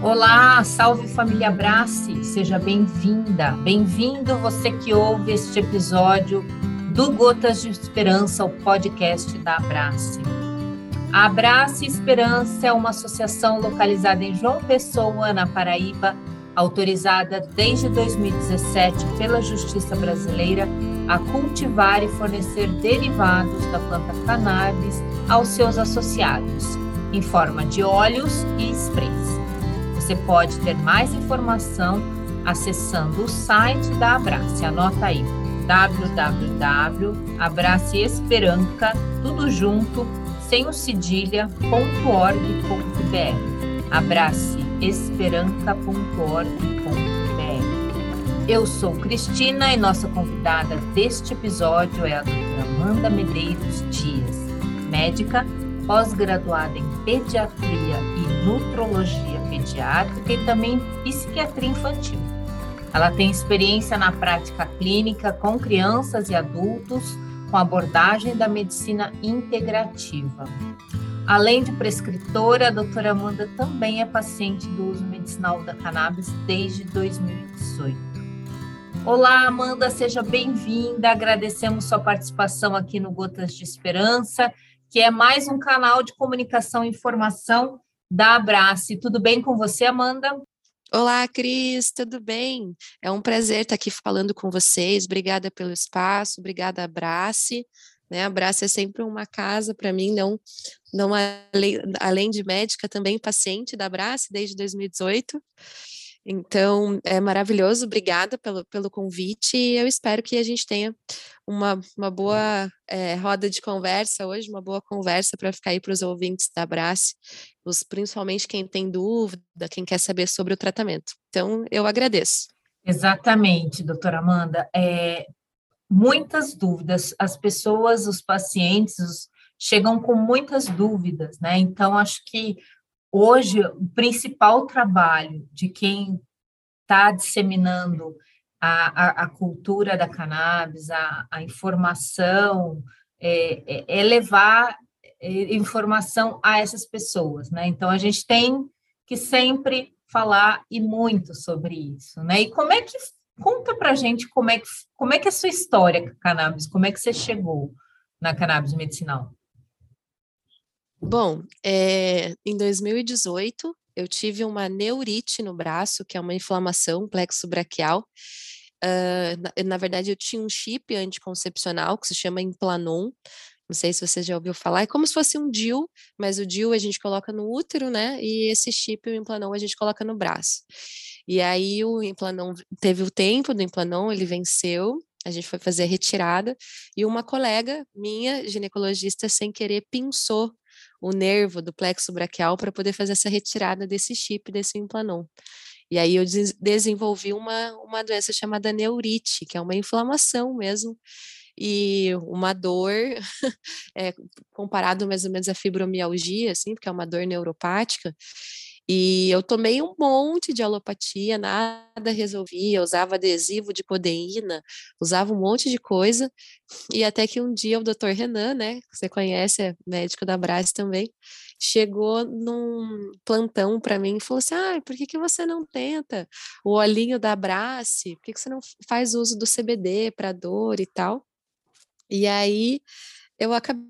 Olá, salve família Abrace, seja bem-vinda, bem-vindo você que ouve este episódio do Gotas de Esperança, o podcast da Abrace. A Abrace Esperança é uma associação localizada em João Pessoa, na Paraíba, autorizada desde 2017 pela Justiça Brasileira a cultivar e fornecer derivados da planta cannabis aos seus associados, em forma de óleos e sprays. Você pode ter mais informação acessando o site da Abrace. Anota aí, www.abraceesperanca, tudo junto, sem o cedilha.org.br. abraceesperanca.org.br. Eu sou Cristina e nossa convidada deste episódio é a doutora Amanda Medeiros Dias, médica, pós-graduada em pediatria e nutrologia pediátrica e também psiquiatria infantil. Ela tem experiência na prática clínica com crianças e adultos com abordagem da medicina integrativa. Além de prescritora, a doutora Amanda também é paciente do uso medicinal da cannabis desde 2018. Olá, Amanda, seja bem-vinda. Agradecemos sua participação aqui no Gotas de Esperança, que é mais um canal de comunicação e informação da Abrace. Tudo bem com você, Amanda? Olá, Cris, tudo bem? É um prazer estar aqui falando com vocês. Obrigada pelo espaço, obrigada, Abrace. A Abrace é sempre uma casa para mim, não além de médica, também paciente da Abrace desde 2018. Então, é maravilhoso, obrigada pelo convite e eu espero que a gente tenha uma boa roda de conversa hoje, uma boa conversa para ficar aí para os ouvintes da Abrace, principalmente quem tem dúvida, quem quer saber sobre o tratamento. Então, eu agradeço. Exatamente, doutora Amanda. Muitas dúvidas, as pessoas, os pacientes, chegam com muitas dúvidas, né? Então, acho que hoje, o principal trabalho de quem está disseminando a cultura da cannabis, a informação, é levar informação a essas pessoas, né? Então, a gente tem que sempre falar e muito sobre isso, né? E conta para a gente como é que é a sua história com a cannabis, como é que você chegou na cannabis medicinal? Bom, em 2018, eu tive uma neurite no braço, que é uma inflamação, plexo braquial. Na verdade, eu tinha um chip anticoncepcional que se chama Implanon. Não sei se você já ouviu falar. É como se fosse um DIU, mas o DIU a gente coloca no útero, né? E esse chip, o Implanon, a gente coloca no braço. E aí o Implanon, teve o tempo do Implanon, ele venceu. A gente foi fazer a retirada e uma colega minha, ginecologista, sem querer, pinçou o nervo do plexo braquial para poder fazer essa retirada desse chip, desse Implanon. E aí eu desenvolvi uma doença chamada neurite, que é uma inflamação mesmo, e uma dor, comparado mais ou menos à fibromialgia, assim, porque é uma dor neuropática. E eu tomei um monte de alopatia, nada resolvia, usava adesivo de codeína, usava um monte de coisa, e até que um dia o doutor Renan, né, que você conhece, é médico da Brás também, chegou num plantão para mim e falou assim, por que você não tenta o olhinho da Brace? Por que você não faz uso do CBD para dor e tal? E aí eu acabei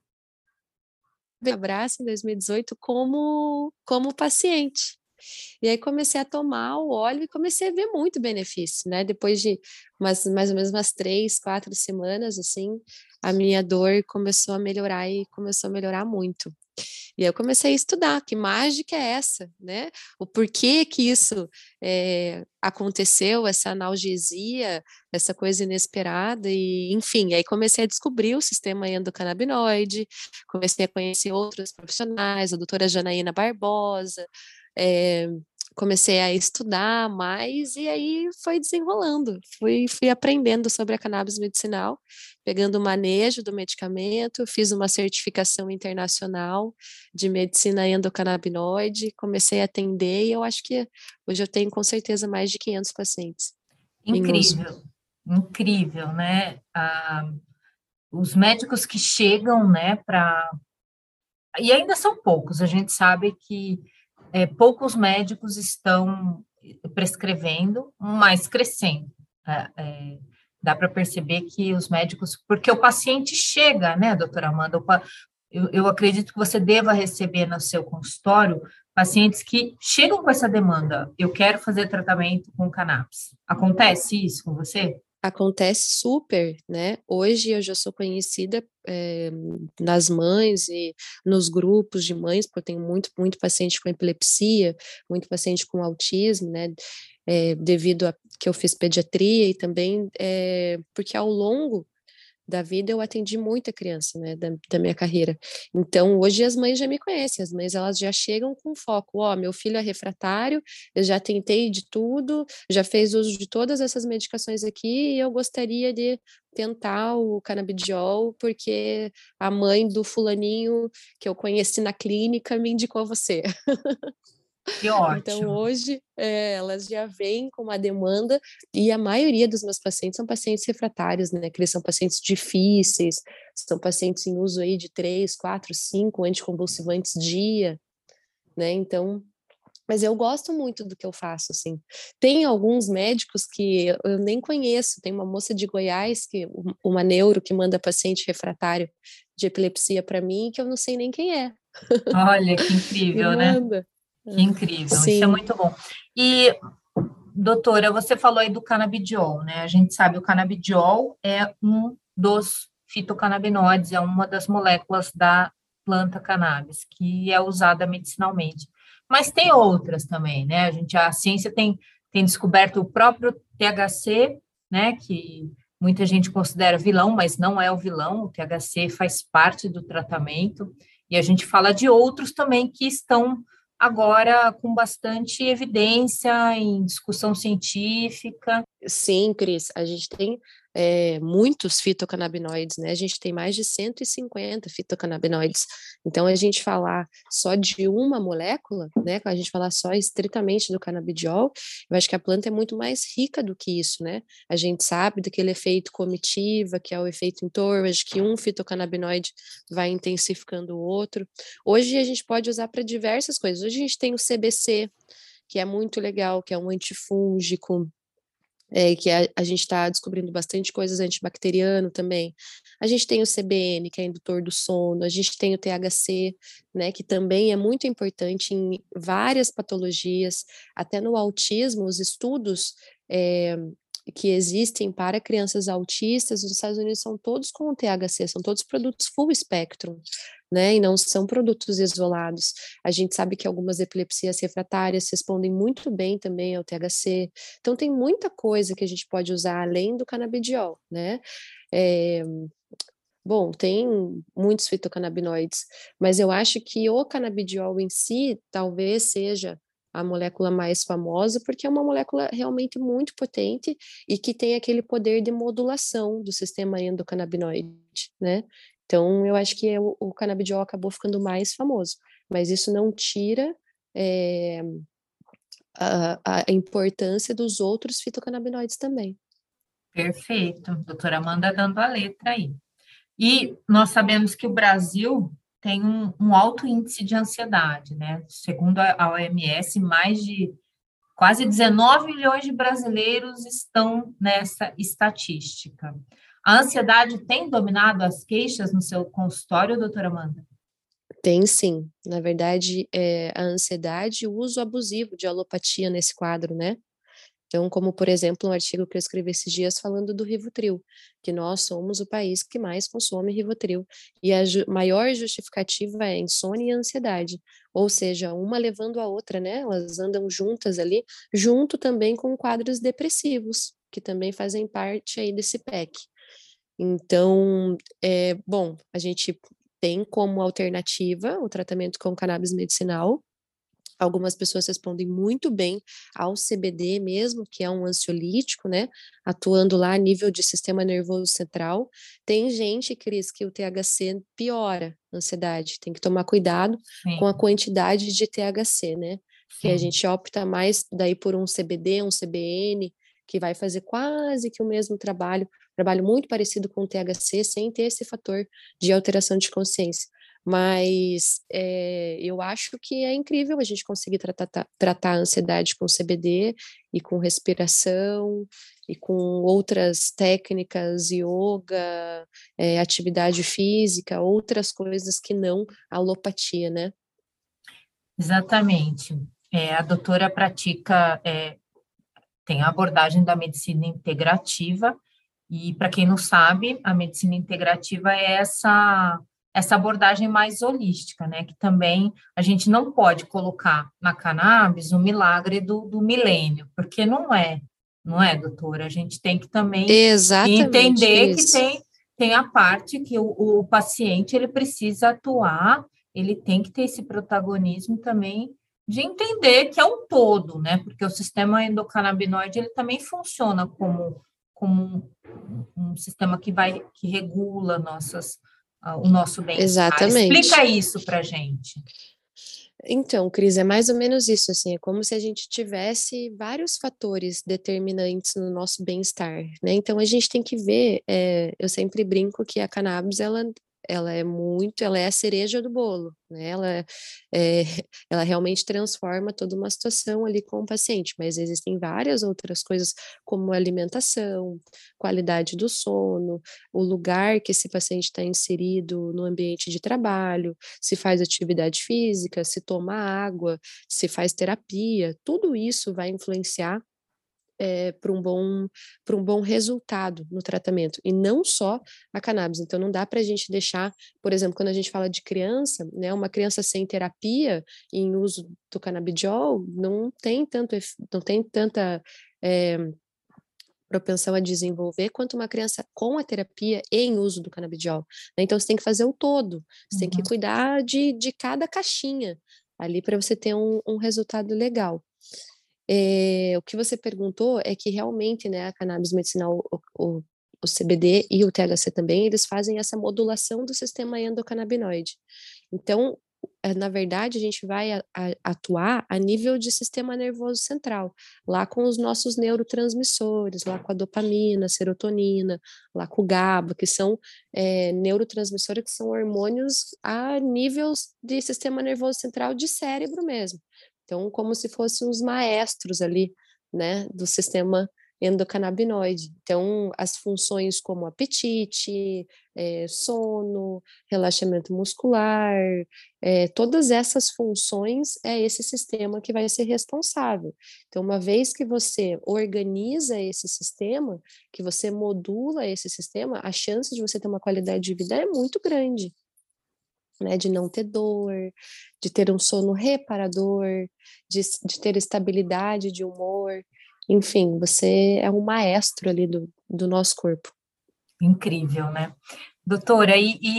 Abraço em 2018 como paciente. E aí comecei a tomar o óleo e comecei a ver muito benefício, né? Depois de mais ou menos umas 3, 4 semanas, assim, a minha dor começou a melhorar e começou a melhorar muito. E aí eu comecei a estudar, que mágica é essa, né? O porquê que isso aconteceu, essa analgesia, essa coisa inesperada, e enfim, aí comecei a descobrir o sistema endocannabinoide, comecei a conhecer outros profissionais, a doutora Janaína Barbosa, é, comecei a estudar mais e aí foi desenrolando, fui aprendendo sobre a cannabis medicinal, pegando o manejo do medicamento, fiz uma certificação internacional de medicina endocannabinoide, comecei a atender e eu acho que hoje eu tenho com certeza mais de 500 pacientes em uso. Incrível, incrível, né? Os médicos que chegam, né, e ainda são poucos, a gente sabe que poucos médicos estão prescrevendo, mas crescendo. Dá para perceber que os médicos, porque o paciente chega, né, doutora Amanda? Eu acredito que você deva receber no seu consultório pacientes que chegam com essa demanda. Eu quero fazer tratamento com cannabis. Acontece isso com você? Acontece super, né? Hoje eu já sou conhecida nas mães e nos grupos de mães, porque eu tenho muito paciente com epilepsia, muito paciente com autismo, né? Devido a que eu fiz pediatria e também porque ao longo da vida eu atendi muita criança, né, da minha carreira. Então, hoje as mães já me conhecem, as mães elas já chegam com foco, ó, meu filho é refratário, eu já tentei de tudo, já fez uso de todas essas medicações aqui e eu gostaria de tentar o canabidiol porque a mãe do fulaninho que eu conheci na clínica me indicou você. Que Então, ótimo. hoje, elas já vêm com uma demanda, e a maioria dos meus pacientes são pacientes refratários, né? Que eles são pacientes difíceis, são pacientes em uso aí de 3, 4, 5 anticonvulsivantes dia, né? Então, mas eu gosto muito do que eu faço, assim. Tem alguns médicos que eu nem conheço, tem uma moça de Goiás, uma neuro, que manda paciente refratário de epilepsia para mim, que eu não sei nem quem é. Olha, que Me incrível, né? manda. Que incrível, isso é Sim, muito bom. E, doutora, você falou aí do canabidiol, né? A gente sabe que o canabidiol é um dos fitocannabinoides, é uma das moléculas da planta cannabis, que é usada medicinalmente. Mas tem outras também, né? A ciência tem descoberto o próprio THC, né? Que muita gente considera vilão, mas não é o vilão, o THC faz parte do tratamento. E a gente fala de outros também que estão agora com bastante evidência em discussão científica. sim, Cris, a gente tem muitos fitocannabinoides, né? A gente tem mais de 150 fitocannabinoides. Então, a gente falar só de uma molécula, né? A gente falar só estritamente do canabidiol, eu acho que a planta é muito mais rica do que isso, né? A gente sabe daquele efeito comitiva, que é o efeito entourage, que um fitocannabinoide vai intensificando o outro. Hoje a gente pode usar para diversas coisas. Hoje a gente tem o CBC, que é muito legal, que é um antifúngico, que a gente está descobrindo bastante coisas antibacteriano também. A gente tem o CBN, que é indutor do sono, a gente tem o THC, né, que também é muito importante em várias patologias, até no autismo, os estudos que existem para crianças autistas nos Estados Unidos são todos com THC, são todos produtos full spectrum, né, e não são produtos isolados. A gente sabe que algumas epilepsias refratárias respondem muito bem também ao THC, então tem muita coisa que a gente pode usar além do canabidiol, né? É, bom, tem muitos fitocannabinoides, mas eu acho que o canabidiol em si talvez seja a molécula mais famosa, porque é uma molécula realmente muito potente e que tem aquele poder de modulação do sistema endocannabinoide, né? Então, eu acho que o canabidiol acabou ficando mais famoso, mas isso não tira a importância dos outros fitocannabinoides também. Perfeito, doutora Amanda dando a letra aí. E nós sabemos que o Brasil tem um alto índice de ansiedade, né? Segundo a OMS, mais de quase 19 milhões de brasileiros estão nessa estatística. A ansiedade tem dominado as queixas no seu consultório, doutora Amanda? Tem sim. Na verdade, a ansiedade e o uso abusivo de alopatia nesse quadro, né? Então, como por exemplo, um artigo que eu escrevi esses dias falando do Rivotril, que nós somos o país que mais consome Rivotril, e a maior justificativa é insônia e ansiedade, ou seja, uma levando a outra, né? Elas andam juntas ali, junto também com quadros depressivos, que também fazem parte aí desse PEC. Então, bom, a gente tem como alternativa o tratamento com cannabis medicinal. Algumas pessoas respondem muito bem ao CBD mesmo, que é um ansiolítico, né? Atuando lá a nível de sistema nervoso central. Tem gente, Cris, que o THC piora a ansiedade. Tem que tomar cuidado com a Sim, quantidade de THC, né? Que a sim. gente opta mais daí por um CBD, um CBN, que vai fazer quase que o mesmo trabalho muito parecido com o THC, sem ter esse fator de alteração de consciência. Mas eu acho que é incrível a gente conseguir tratar a ansiedade com CBD e com respiração e com outras técnicas, yoga, atividade física, outras coisas que não alopatia, né? Exatamente. A doutora pratica, tem a abordagem da medicina integrativa, e para quem não sabe, a medicina integrativa é essa abordagem mais holística, né? Que também a gente não pode colocar na cannabis o milagre do milênio, porque não é, doutora? A gente tem que também Exatamente entender que isso. tem a parte que o paciente ele precisa atuar, ele tem que ter esse protagonismo também de entender que é um todo, né? Porque o sistema endocannabinoide ele também funciona como um sistema que regula o nosso bem-estar. Explica Exatamente. isso para a gente. Então, Cris, é mais ou menos isso, assim, é como se a gente tivesse vários fatores determinantes no nosso bem-estar, né? Então, a gente tem que ver, eu sempre brinco que a cannabis, ela é a cereja do bolo, né? É, ela realmente transforma toda uma situação ali com o paciente, mas existem várias outras coisas, como alimentação, qualidade do sono, o lugar que esse paciente está inserido no ambiente de trabalho, se faz atividade física, se toma água, se faz terapia, tudo isso vai influenciar para um bom resultado no tratamento, e não só a cannabis. Então, não dá para a gente deixar, por exemplo, quando a gente fala de criança, né, uma criança sem terapia em uso do canabidiol não tem tanta é, propensão a desenvolver quanto uma criança com a terapia e em uso do canabidiol, né? Então, você tem que fazer o todo, você tem que Uhum. cuidar de cada caixinha ali para você ter um resultado legal. O que você perguntou é que realmente, né, a cannabis medicinal, o CBD e o THC também, eles fazem essa modulação do sistema endocannabinoide. Então, na verdade, a gente vai atuar a nível de sistema nervoso central, lá com os nossos neurotransmissores, lá com a dopamina, serotonina, lá com o GABA, que são neurotransmissores, que são hormônios a níveis de sistema nervoso central de cérebro mesmo. Então, como se fossem os maestros ali, né, do sistema endocannabinoide. Então, as funções como apetite, sono, relaxamento muscular, todas essas funções é esse sistema que vai ser responsável. Então, uma vez que você organiza esse sistema, que você modula esse sistema, a chance de você ter uma qualidade de vida é muito grande, né, de não ter dor, de ter um sono reparador, de ter estabilidade de humor, enfim, você é um maestro ali do nosso corpo. Incrível, né? Doutora,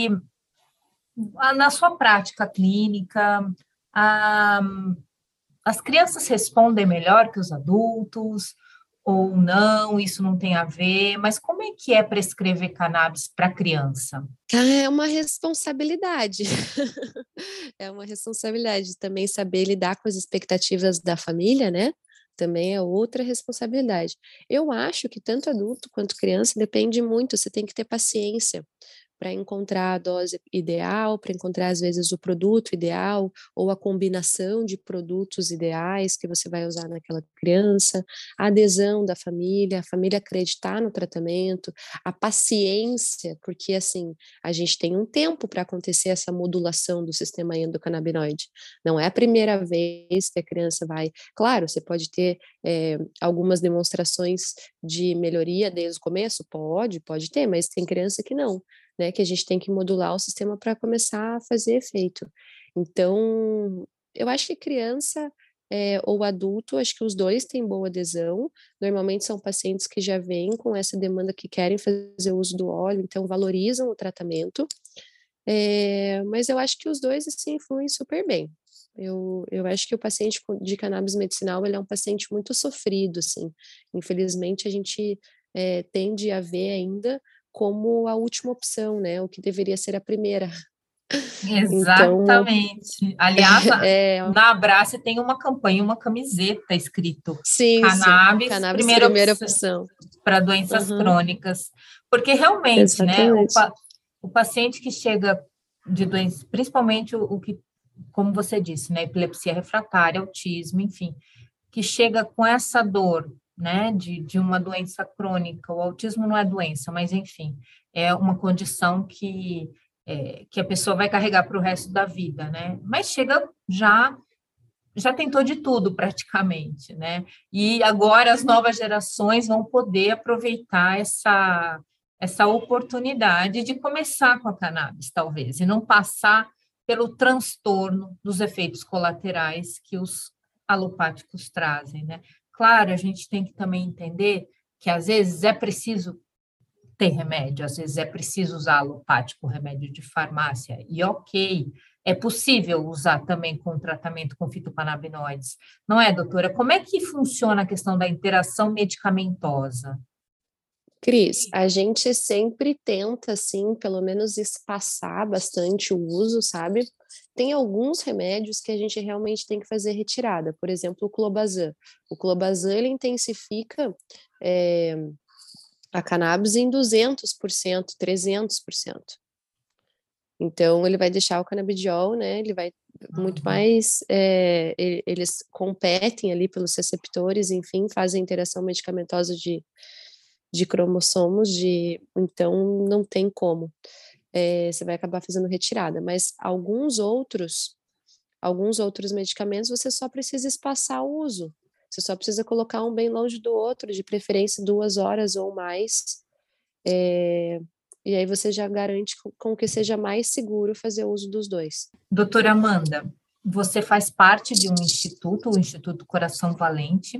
na sua prática clínica, a, as crianças respondem melhor que os adultos ou não? Isso não tem a ver, mas como é que é prescrever cannabis para criança? É uma responsabilidade. É uma responsabilidade também saber lidar com as expectativas da família, né? Também é outra responsabilidade. Eu acho que tanto adulto quanto criança depende muito, você tem que ter paciência para encontrar a dose ideal, para encontrar às vezes o produto ideal ou a combinação de produtos ideais que você vai usar naquela criança, a adesão da família, a família acreditar no tratamento, a paciência, porque assim, a gente tem um tempo para acontecer essa modulação do sistema endocannabinoide. Não é a primeira vez que a criança vai. Claro, você pode ter algumas demonstrações de melhoria desde o começo? Pode ter, mas tem criança que não, né? Que a gente tem que modular o sistema para começar a fazer efeito. Então, eu acho que criança ou adulto, acho que os dois têm boa adesão. Normalmente são pacientes que já vêm com essa demanda que querem fazer uso do óleo, então valorizam o tratamento. Mas eu acho que os dois, assim, fluem super bem. Eu acho que o paciente de cannabis medicinal, ele é um paciente muito sofrido, assim. Infelizmente, a gente tende a ver ainda como a última opção, né? O que deveria ser a primeira. Então, Exatamente. Aliás, é, na Abrace tem uma campanha, uma camiseta escrito sim, cannabis, cannabis primeira primeira opção opção. para doenças Uhum, crônicas. Porque realmente, né, exatamente. o paciente que chega de doenças, principalmente o que, como você disse, né, epilepsia refratária, autismo, enfim, que chega com essa dor, né, de uma doença crônica. O autismo não é doença, mas, enfim, é uma condição que a pessoa vai carregar para o resto da vida, né? Mas chega já tentou de tudo praticamente, né? E agora as novas gerações vão poder aproveitar essa oportunidade de começar com a cannabis, talvez, e não passar pelo transtorno dos efeitos colaterais que os alopáticos trazem, né? Claro, a gente tem que também entender que às vezes é preciso ter remédio, às vezes é preciso usar alopático, remédio de farmácia, e ok, é possível usar também com tratamento com fitocannabinoides. Não é, doutora? Como é que funciona a questão da interação medicamentosa? Cris, a gente sempre tenta, assim, pelo menos espaçar bastante o uso, sabe? Tem alguns remédios que a gente realmente tem que fazer retirada, por exemplo, o clobazam. O clobazam, ele intensifica a cannabis em 200%, 300%. Então, ele vai deixar o canabidiol, né? Ele vai muito mais... eles competem ali pelos receptores, enfim, fazem interação medicamentosa de cromossomos, então não tem como. Você vai acabar fazendo retirada. Mas alguns outros medicamentos, você só precisa espaçar o uso. Você só precisa colocar um bem longe do outro, de preferência 2 horas ou mais. E aí você já garante com que seja mais seguro fazer uso dos dois. Doutora Amanda, você faz parte de um instituto, o Instituto Coração Valente.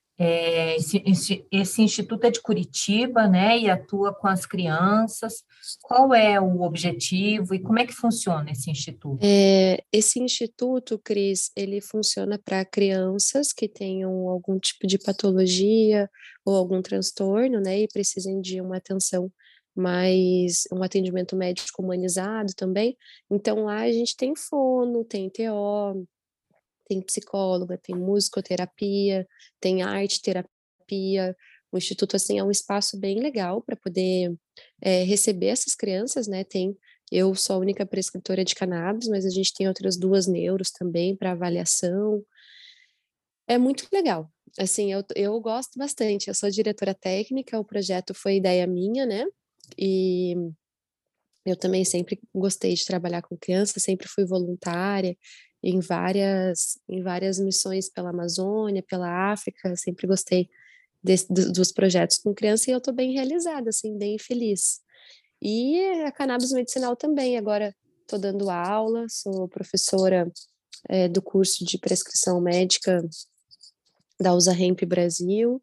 Esse instituto é de Curitiba, né, e atua com as crianças. Qual é o objetivo e como é que funciona esse instituto? Esse instituto, Cris, ele funciona para crianças que tenham algum tipo de patologia ou algum transtorno, né, e precisem de uma atenção mais, um atendimento médico humanizado também. Então, lá a gente tem fono, tem TO, tem psicóloga, tem musicoterapia, tem arte terapia. O instituto, assim, é um espaço bem legal para poder receber essas crianças, né? Eu sou a única prescritora de cannabis, mas a gente tem outras 2 neuros também para avaliação. É muito legal. Assim, eu gosto bastante. Eu sou diretora técnica, o projeto foi ideia minha, né? E eu também sempre gostei de trabalhar com crianças, sempre fui voluntária em várias missões pela Amazônia, pela África, sempre gostei dos projetos com criança e eu estou bem realizada, assim, bem feliz. E a cannabis medicinal também, agora estou dando aula, sou professora do curso de prescrição médica da USA Hemp Brasil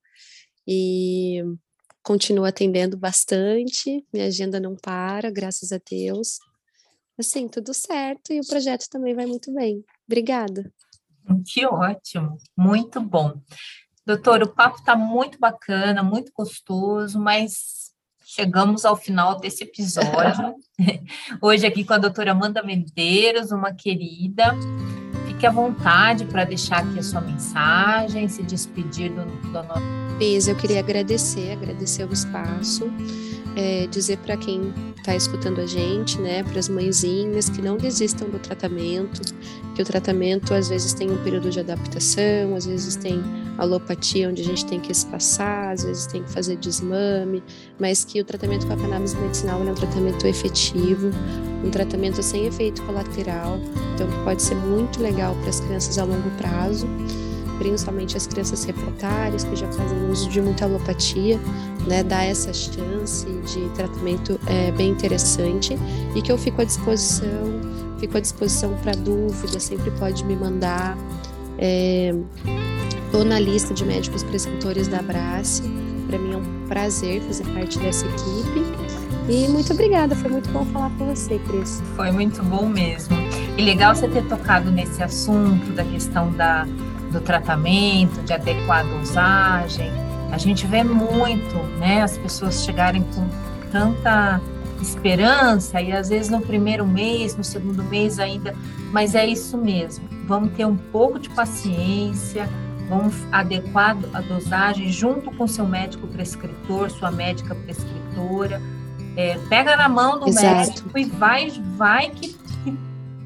e continuo atendendo bastante, minha agenda não para, graças a Deus. Assim, tudo certo e o projeto também vai muito bem. Obrigada. Que ótimo, muito bom. Doutor, o papo está muito bacana, muito gostoso, mas chegamos ao final desse episódio. Hoje aqui com a doutora Amanda Medeiros, uma querida. Fique à vontade para deixar aqui a sua mensagem, se despedir do nosso... Cris, eu queria agradecer o espaço, dizer para quem está escutando a gente, né, para as mãezinhas, que não desistam do tratamento, que o tratamento às vezes tem um período de adaptação, às vezes tem alopatia onde a gente tem que espaçar, às vezes tem que fazer desmame, mas que o tratamento com a cannabis medicinal é um tratamento efetivo, um tratamento sem efeito colateral, então que pode ser muito legal para as crianças a longo prazo, principalmente as crianças refratárias que já fazem uso de muita alopatia, né, dá essa chance de tratamento bem interessante e que eu fico à disposição para dúvidas, sempre pode me mandar. Estou na lista de médicos prescritores da Abrace, para mim é um prazer fazer parte dessa equipe e muito obrigada, foi muito bom falar com você, Cris. Foi muito bom mesmo. E legal você ter tocado nesse assunto da questão do tratamento, de adequar a dosagem. A gente vê muito, né, as pessoas chegarem com tanta esperança e às vezes no primeiro mês, no segundo mês ainda, mas é isso mesmo. Vamos ter um pouco de paciência, vamos adequar a dosagem junto com seu médico prescritor, sua médica prescritora. Pega na mão do médico e vai que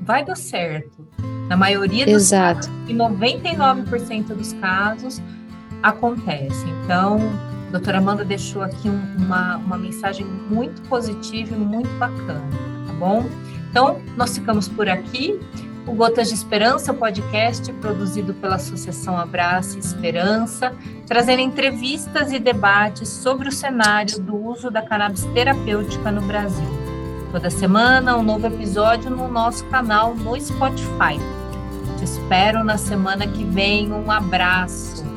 vai dar certo. Na maioria dos casos, em 99% dos casos, acontece. Então, a doutora Amanda deixou aqui uma mensagem muito positiva e muito bacana, tá bom? Então, nós ficamos por aqui. O Gotas de Esperança, podcast produzido pela Associação Abraça Esperança, trazendo entrevistas e debates sobre o cenário do uso da cannabis terapêutica no Brasil. Toda semana, um novo episódio no nosso canal no Spotify. Te espero na semana que vem. Um abraço!